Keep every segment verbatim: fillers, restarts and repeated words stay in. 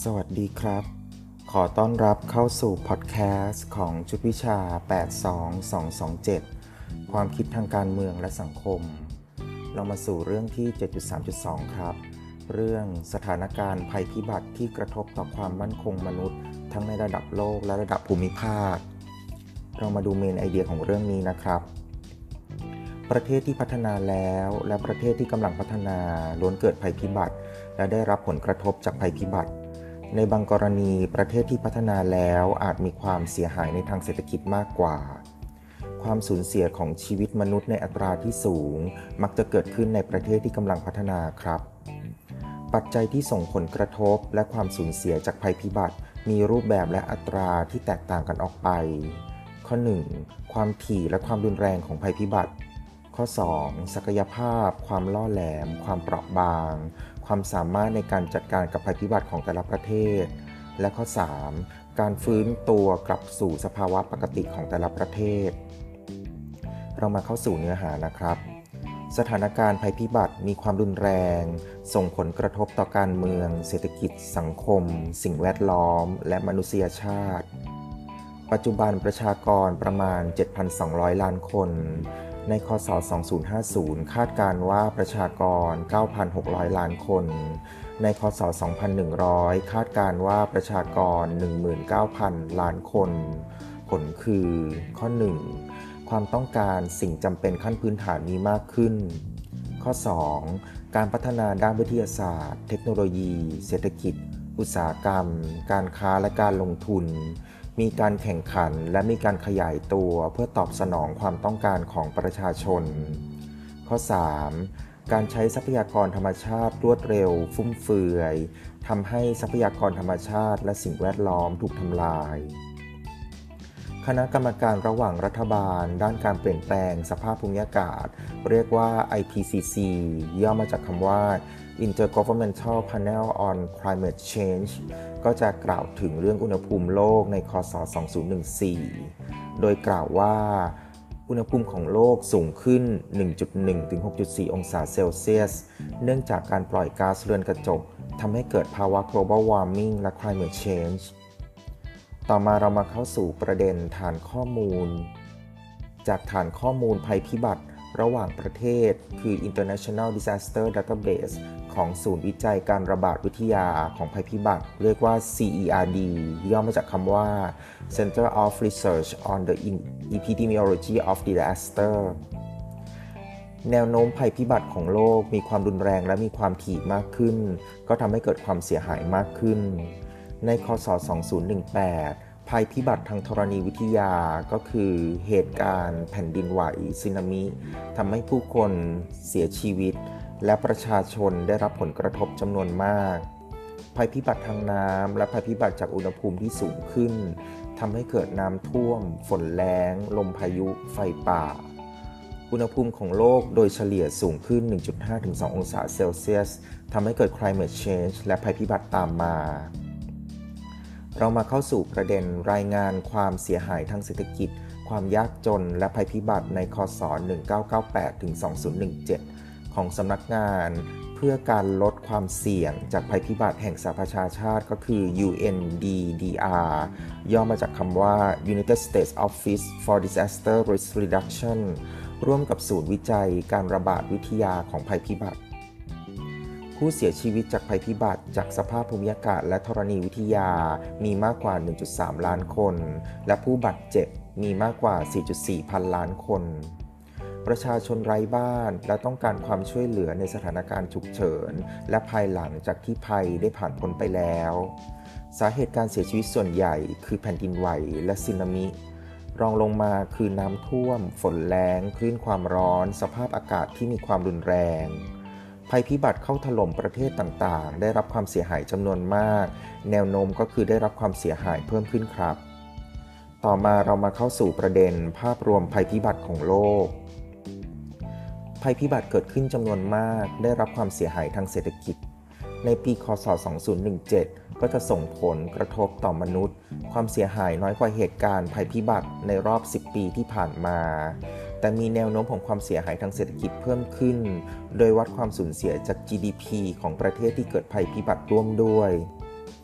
วัสดีครับขอต้อนรับเข้าสู่พอดแคสต์ของชุดวิชาแปด สอง สอง สอง เจ็ดความคิดทางการเมืองและสังคมเรามาสู่เรื่องที่ เจ็ดจุดสามจุดสอง ครับเรื่องสถานการณ์ภัยพิบัติที่กระทบต่อความมั่นคงมนุษย์ทั้งในระดับโลกและระดับภูมิภาคเรามาดูเมนไอเดียของเรื่องนี้นะครับประเทศที่พัฒนาแล้วและประเทศที่กำลังพัฒนาล้วนเกิดภัยพิบัติและได้รับผลกระทบจากภัยพิบัติในบางกรณีประเทศที่พัฒนาแล้วอาจมีความเสียหายในทางเศรษฐกิจมากกว่าความสูญเสียของชีวิตมนุษย์ในอัตราที่สูงมักจะเกิดขึ้นในประเทศที่กำลังพัฒนาครับปัจจัยที่ส่งผลกระทบและความสูญเสียจากภัยพิบัติมีรูปแบบและอัตราที่แตกต่างกันออกไปข้อหนึ่งความถี่และความรุนแรงของภัยพิบัติข้อสองศักยภาพความล่อแหลมความเปราะบางความสามารถในการจัดการกับภัยพิบัติของแต่ละประเทศและข้อสามการฟื้นตัวกลับสู่สภาวะปกติของแต่ละประเทศเรามาเข้าสู่เนื้อหานะครับสถานการณ์ภัยพิบัติมีความรุนแรงส่งผลกระทบต่อการเมืองเศรษฐกิจสังคมสิ่งแวดล้อมและมนุษยชาติปัจจุบันประชากรประมาณ เจ็ดพันสองร้อย ล้านคนในคศสองพันห้าสิบคาดการณ์ว่าประชากร เก้าพันหกร้อย ล้านคนในคศสองพันหนึ่งร้อยคาดการณ์ว่าประชากร หนึ่งหมื่นเก้าพัน ล้านคนผลคือข้อหนึ่งความต้องการสิ่งจำเป็นขั้นพื้นฐานมีมากขึ้นข้อสองการพัฒนาด้านวิทยาศาสตร์เทคโนโลยีเศรษฐกิจอุตสาหกรรมการค้าและการลงทุนมีการแข่งขันและมีการขยายตัวเพื่อตอบสนองความต้องการของประชาชนข้อสามการใช้ทรัพยากรธรรมชาติรวดเร็วฟุ่มเฟือยทำให้ทรัพยากรธรรมชาติและสิ่งแวดล้อมถูกทำลายคณะกรรมการระหว่างรัฐบาลด้านการเปลี่ยนแปลงสภาพภูมิอากาศเรียกว่า ไอ พี ซี ซี ย่อมาจากคำว่า Intergovernmental Panel on Climate Change ก็จะกล่าวถึงเรื่องอุณหภูมิโลกในคศสองพันสิบสี่ โดยกล่าวว่าอุณหภูมิของโลกสูงขึ้น หนึ่งจุดหนึ่ง ถึง หกจุดสี่ องศาเซลเซียสเนื่องจากการปล่อยก๊าซเรือนกระจกทำให้เกิดภาวะ global warming และ climate change ต่อมาเรามาเข้าสู่ประเด็นฐานข้อมูลจากฐานข้อมูลภัยพิบัติระหว่างประเทศคือ International Disaster Database ของศูนย์วิจัยการระบาดวิทยาของภัยพิบัติเรียกว่า ซี อี อาร์ ดี ย่อมาจากคำว่า Center of Research on the Epidemiology of Disaster แนวโน้มภัยพิบัติของโลกมีความรุนแรงและมีความถี่มากขึ้นก็ทำให้เกิดความเสียหายมากขึ้นในคศสองพันสิบแปดภัยพิบัติทางธรณีวิทยาก็คือเหตุการณ์แผ่นดินไหวสึนามิทำให้ผู้คนเสียชีวิตและประชาชนได้รับผลกระทบจำนวนมากภัยพิบัติทางน้ำและภัยพิบัติจากอุณหภูมิที่สูงขึ้นทำให้เกิดน้ำท่วมฝนแล้งลมพายุไฟป่าอุณหภูมิของโลกโดยเฉลี่ยสูงขึ้น หนึ่งจุดห้า ถึง สอง องศาเซลเซียสทำให้เกิด climate change และภัยพิบัติตามมาเรามาเข้าสู่ประเด็นรายงานความเสียหายทางเศรษฐกิจความยากจนและภัยพิบัติในคศหนึ่งพันเก้าร้อยเก้าสิบแปด ถึง สองพันสิบเจ็ดของสำนักงานเพื่อการลดความเสี่ยงจากภัยพิบัติแห่งสหประชาชาติก็คือ ยู เอ็น ดี ดี อาร์ ย่อมาจากคำว่า United States Office for Disaster Risk Reduction ร่วมกับศูนย์วิจัยการระบาดวิทยาของภัยพิบัติผู้เสียชีวิตจากภัยพิบัติจากสภาพภูมิอากาศและธรณีวิทยามีมากกว่า หนึ่งจุดสาม ล้านคนและผู้บาดเจ็บมีมากกว่า สี่จุดสี่ พันล้านคนประชาชนไร้บ้านและต้องการความช่วยเหลือในสถานการณ์ฉุกเฉินและภายหลังจากที่ภัยได้ผ่านพ้นไปแล้วสาเหตุการเสียชีวิตส่วนใหญ่คือแผ่นดินไหวและสึนามิรองลงมาคือน้ำท่วมฝนแล้งคลื่นความร้อนสภาพอากาศที่มีความรุนแรงภัยพิบัติเข้าถล่มประเทศต่างๆได้รับความเสียหายจำนวนมากแนวโน้มก็คือได้รับความเสียหายเพิ่มขึ้นครับต่อมาเรามาเข้าสู่ประเด็นภาพรวมภัยพิบัติของโลกภัยพิบัติเกิดขึ้นจำนวนมากได้รับความเสียหายทางเศรษฐกิจในปีคศสองพันสิบเจ็ดก็จะส่งผลกระทบต่อมนุษย์ความเสียหายน้อยกว่าเหตุการณ์ภัยพิบัติในรอบสิบปีที่ผ่านมาแต่มีแนวโน้มของความเสียหายทางเศรษฐกิจเพิ่มขึ้นโดยวัดความสูญเสียจาก จี ดี พี ของประเทศที่เกิดภัยพิบัติร่วมด้วย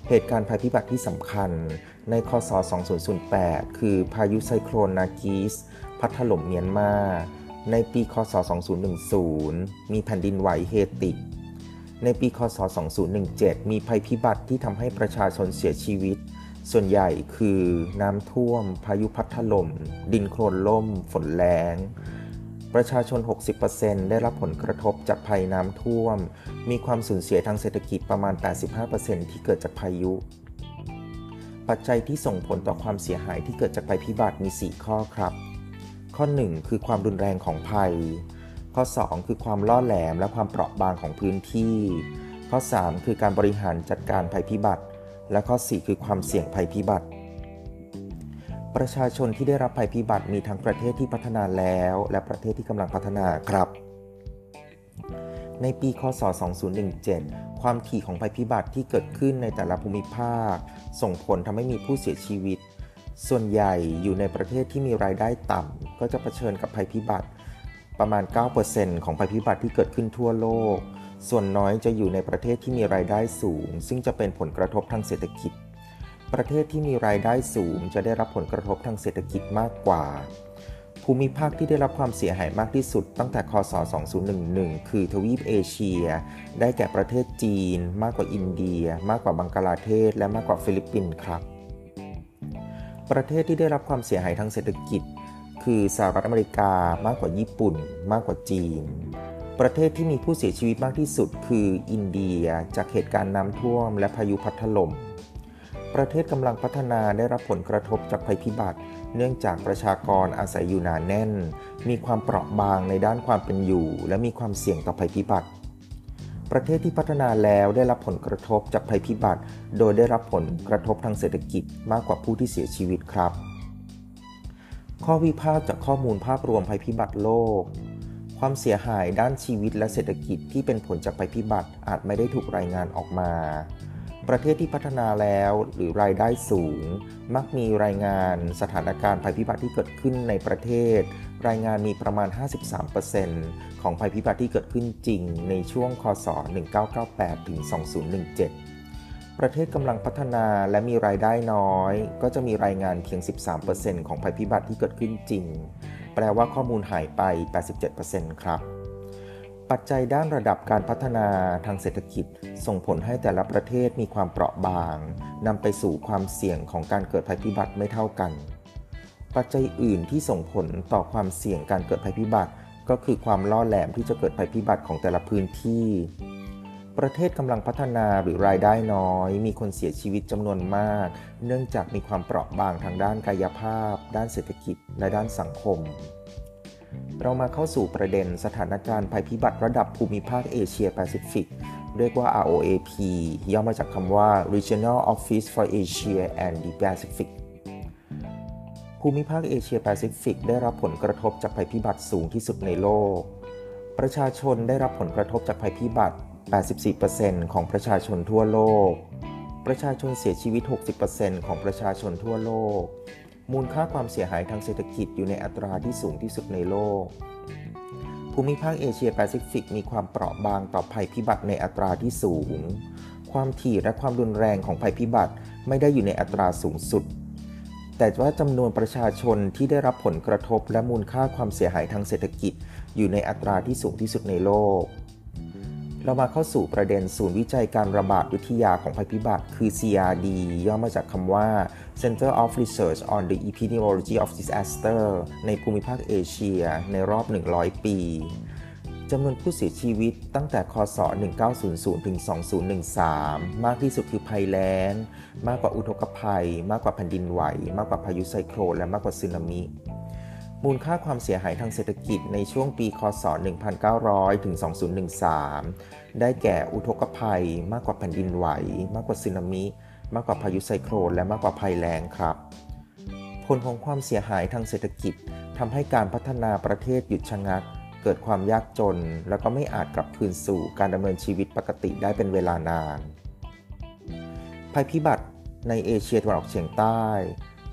เหตุการณ์ภัยพิบัติที่สำคัญในคศสองพันแปดคือพายุไซโคลนนากิสพัดถล่มเมียนมาในปีคศสองพันสิบมีแผ่นดินไหวเฮติในปีคศสองพันสิบเจ็ดมีภัยพิบัติที่ทำให้ประชาชนเสียชีวิตส่วนใหญ่คือน้ำท่วมพายุพัดถล่มดินโคลนล่มฝนแล้งประชาชน หกสิบเปอร์เซ็นต์ ได้รับผลกระทบจากภัยน้ำท่วมมีความสูญเสียทางเศรษฐกิจประมาณ แปดสิบห้าเปอร์เซ็นต์ ที่เกิดจากพายุปัจจัยที่ส่งผลต่อความเสียหายที่เกิดจากภัยพิบัติมี สี่ ข้อครับข้อ หนึ่ง คือความรุนแรงของภัยข้อ สอง คือความล่อแหลมและความเปราะบางของพื้นที่ข้อ สาม คือการบริหารจัดการภัยพิบัติและข้อ สี่ คือความเสี่ยงภัยพิบัติประชาชนที่ได้รับภัยพิบัติมีทั้งประเทศที่พัฒนาแล้วและประเทศที่กำลังพัฒนาครับในปีคศสองพันสิบเจ็ดความถี่ของภัยพิบัติที่เกิดขึ้นในแต่ละภูมิภาคส่งผลทำให้มีผู้เสียชีวิตส่วนใหญ่อยู่ในประเทศที่มีรายได้ต่ำก็จะเผชิญกับภัยพิบัติประมาณ เก้าเปอร์เซ็นต์ ของภัยพิบัติที่เกิดขึ้นทั่วโลกส่วนน้อยจะอยู่ในประเทศที่มีรายได้สูงซึ่งจะเป็นผลกระทบทางเศรษฐกิจประเทศที่มีรายได้สูงจะได้รับผลกระทบทางเศรษฐกิจมากกว่าภูมิภาคที่ได้รับความเสียหายมากที่สุดตั้งแต่คศสองพันสิบเอ็ดคือทวีปเอเชียได้แก่ประเทศจีนมากกว่าอินเดียมากกว่าบังกลาเทศและมากกว่าฟิลิปปินส์ครับประเทศที่ได้รับความเสียหายทางเศรษฐกิจคือสหรัฐอเมริกามากกว่าญี่ปุ่นมากกว่าจีนประเทศที่มีผู้เสียชีวิตมากที่สุดคืออินเดียจากเหตุการณ์น้ำท่วมและพายุพัดถล่มประเทศกำลังพัฒนาได้รับผลกระทบจากภัยพิบัติเนื่องจากประชากรอาศัยอยู่หนาแน่นมีความเปราะบางในด้านความเป็นอยู่และมีความเสี่ยงต่อภัยพิบัติประเทศที่พัฒนาแล้วได้รับผลกระทบจากภัยพิบัติโดยได้รับผลกระทบทางเศรษฐกิจมากกว่าผู้ที่เสียชีวิตครับข้อวิพากษ์จากข้อมูลภาพรวมภัยพิบัติโลกความเสียหายด้านชีวิตและเศรษฐกิจที่เป็นผลจากภัยพิบัติอาจไม่ได้ถูกรายงานออกมาประเทศที่พัฒนาแล้วหรือรายได้สูงมักมีรายงานสถานการณ์ภัยพิบัติที่เกิดขึ้นในประเทศรายงานมีประมาณ ห้าสิบสามเปอร์เซ็นต์ ของภัยพิบัติที่เกิดขึ้นจริงในช่วงคศหนึ่งพันเก้าร้อยเก้าสิบแปดถึงสองพันสิบเจ็ดประเทศกำลังพัฒนาและมีรายได้น้อยก็จะมีรายงานเพียง สิบสามเปอร์เซ็นต์ ของภัยพิบัติที่เกิดขึ้นจริงแปลว่าข้อมูลหายไป แปดสิบเจ็ดเปอร์เซ็นต์ ครับปัจจัยด้านระดับการพัฒนาทางเศรษฐกิจส่งผลให้แต่ละประเทศมีความเปราะบางนำไปสู่ความเสี่ยงของการเกิดภัยพิบัติไม่เท่ากันปัจจัยอื่นที่ส่งผลต่อความเสี่ยงการเกิดภัยพิบัติก็คือความล่อแหลมที่จะเกิดภัยพิบัติของแต่ละพื้นที่ประเทศกำลังพัฒนาหรือรายได้น้อยมีคนเสียชีวิตจำนวนมากเนื่องจากมีความเปราะบางทางด้านกายภาพด้านเศรษฐกิจและด้านสังคมเรามาเข้าสู่ประเด็นสถานการณ์ภัยพิบัติระดับภูมิภาคเอเชียแปซิฟิกเรียกว่า อาร์ โอ เอ พี ย่อมาจากคำว่า Regional Office for Asia and the Pacific ภูมิภาคเอเชียแปซิฟิกได้รับผลกระทบจากภัยพิบัติสูงที่สุดในโลกประชาชนได้รับผลกระทบจากภัยพิบัติ แปดสิบสี่เปอร์เซ็นต์ ของประชาชนทั่วโลกประชาชนเสียชีวิต หกสิบเปอร์เซ็นต์ ของประชาชนทั่วโลกมูลค่าความเสียหายทางเศรษฐกิจอยู่ในอัตราที่สูงที่สุดในโลกภูมิภาคเอเชียแปซิฟิกมีความเปราะบางต่อภัยพิบัติในอัตราที่สูงความถี่และความรุนแรงของภัยพิบัติไม่ได้อยู่ในอัตราสูงสุดแต่ว่าจำนวนประชาชนที่ได้รับผลกระทบและมูลค่าความเสียหายทางเศรษฐกิจอยู่ในอัตราที่สูงที่สุดในโลกเรามาเข้าสู่ประเด็นศูนย์วิจัยการระบาดวิทยาของภัยพิบัติคือ ซี อาร์ ดี ย่อมาจากคำว่า Center of Research on the Epidemiology of Disaster ในภูมิภาคเอเชียในรอบหนึ่งร้อยปีจำนวนผู้เสียชีวิตตั้งแต่คศหนึ่งพันเก้าร้อยถึงสองพันสิบสามมากที่สุดคือภัยแล้งมากกว่าอุทกภัยมากกว่าแผ่นดินไหวมากกว่าพายุไซโคลนและมากกว่าสึนามิมูลค่าความเสียหายทางเศรษฐกิจในช่วงปีคศหนึ่งพันเก้าร้อยถึงสองพันสิบสามได้แก่อุทกภัยมากกว่าแผ่นดินไหวมากกว่าสึนามิมากกว่าพายุไซโคลนและมากกว่าภัยแล้งครับผลของความเสียหายทางเศรษฐกิจทำให้การพัฒนาประเทศหยุดชะงักเกิดความยากจนแล้วก็ไม่อาจกลับคืนสู่การดำเนินชีวิตปกติได้เป็นเวลานานภัยพิบัติในเอเชียตะวันออกเฉียงใต้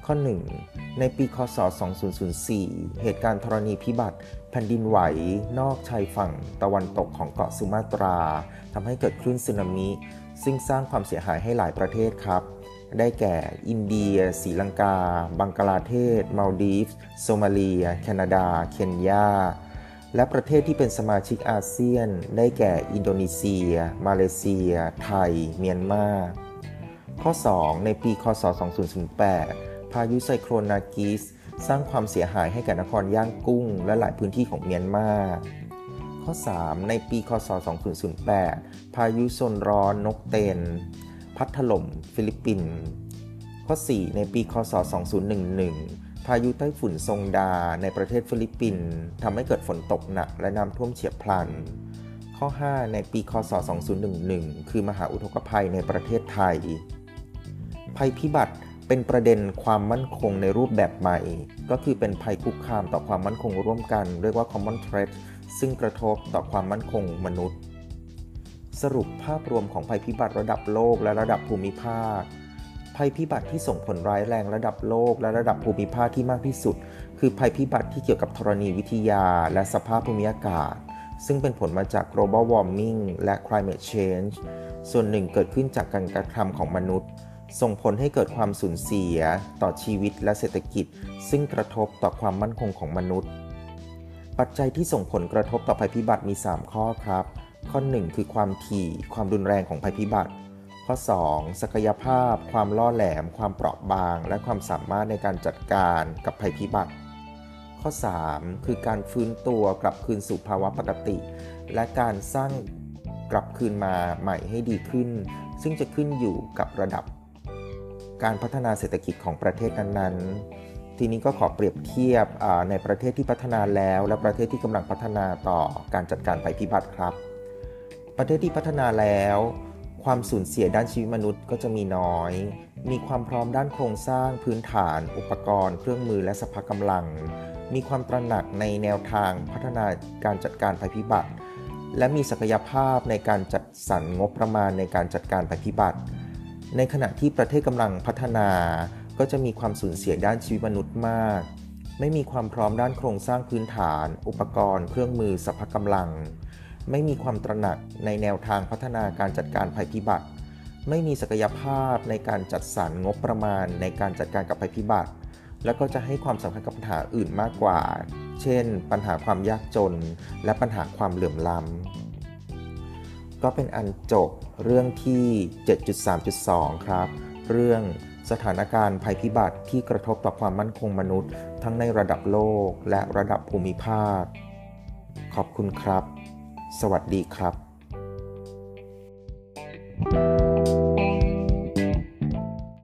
ข้อหนึ่งในปีคศสองพันสี่เหตุการณ์ธรณีพิบัติแผ่นดินไหวนอกชายฝั่งตะวันตกของเกาะสุมาตราทำให้เกิดคลื่นสึนามิซึ่งสร้างความเสียหายให้หลายประเทศครับได้แก่อินเดียศรีลังกาบังกลาเทศมัลดีฟส์โซมาเลียแคนาดาเคนยาและประเทศที่เป็นสมาชิกอาเซียนได้แก่อินโดนีเซียมาเลเซียไทยเมียนมาข้อสองในปีคศสองพันแปดพายุไซโคลนนากิสสร้างความเสียหายให้แก่นครย่างกุ้งและหลายพื้นที่ของเมียนมาข้อสามในปีคศสองพันแปดพายุโซนร้อนนกเต็นพัดถล่มฟิลิปปินส์ข้อสี่ในปีคศสองพันสิบเอ็ดพายุไต้ฝุ่นซงดาในประเทศฟิลิปปินส์ทำให้เกิดฝนตกหนักและน้ำท่วมเฉียบพลันข้อห้าในปีคศสองพันสิบเอ็ดคือมหาอุทกภัยในประเทศไทยภัยพิบัติเป็นประเด็นความมั่นคงในรูปแบบใหม่ก็คือเป็นภัยคุกคามต่อความมั่นคงร่วมกันเรียกว่า common threat ซึ่งกระทบต่อความมั่นคงมนุษย์สรุปภาพรวมของภัยพิบัติระดับโลกและระดับภูมิภาคภัยพิบัติที่ส่งผลร้ายแรงระดับโลกและระดับภูมิภาคที่มากที่สุดคือภัยพิบัติที่เกี่ยวกับธรณีวิทยาและสภาพภูมิอากาศซึ่งเป็นผลมาจาก global warming และ climate change ส่วนหนึ่งเกิดขึ้นจากการกระทำของมนุษย์ส่งผลให้เกิดความสูญเสียต่อชีวิตและเศรษฐกิจซึ่งกระทบต่อความมั่นคงของมนุษย์ปัจจัยที่ส่งผลกระทบต่อภัยพิบัติมีสามข้อครับข้อหนึ่งคือความถี่ความรุนแรงของภัยพิบัติข้อสองศักยภาพความล่อแหลมความเปราะบางและความสามารถในการจัดการกับภัยพิบัติข้อสามคือการฟื้นตัวกลับคืนสู่ภาวะปกติและการสร้างกลับคืนมาใหม่ให้ดีขึ้นซึ่งจะขึ้นอยู่กับระดับการพัฒนาเศรษฐกิจของประเทศนั้นๆทีนี้ก็ขอเปรียบเทียบในประเทศที่พัฒนาแล้วและประเทศที่กำลังพัฒนาต่อการจัดการภัยพิบัติครับประเทศที่พัฒนาแล้วความสูญเสียด้านชีวิตมนุษย์ก็จะมีน้อยมีความพร้อมด้านโครงสร้างพื้นฐานอุปกรณ์เครื่องมือและสภากำลังมีความตระหนักในแนวทางพัฒนาการจัดการภัยพิบัติและมีศักยภาพในการจัดสรรงบประมาณในการจัดการภัยพิบัติในขณะที่ประเทศกำลังพัฒนาก็จะมีความสูญเสียด้านชีวิตมนุษย์มากไม่มีความพร้อมด้านโครงสร้างพื้นฐานอุปกรณ์เครื่องมือสภากำลังไม่มีความตระหนักในแนวทางพัฒนาการจัดการภัยพิบัติไม่มีศักยภาพในการจัดสรรงบประมาณในการจัดการกับภัยพิบัติแล้วก็จะให้ความสำคัญกับปัญหาอื่นมากกว่าเช่นปัญหาความยากจนและปัญหาความเหลื่อมล้ำก็เป็นอันจบเรื่องที่ เจ็ดจุดสามจุดสอง ครับเรื่องสถานการณ์ภัยพิบัติที่กระทบต่อความมั่นคงมนุษย์ทั้งในระดับโลกและระดับภูมิภาคขอบคุณครับสวัสดีครับ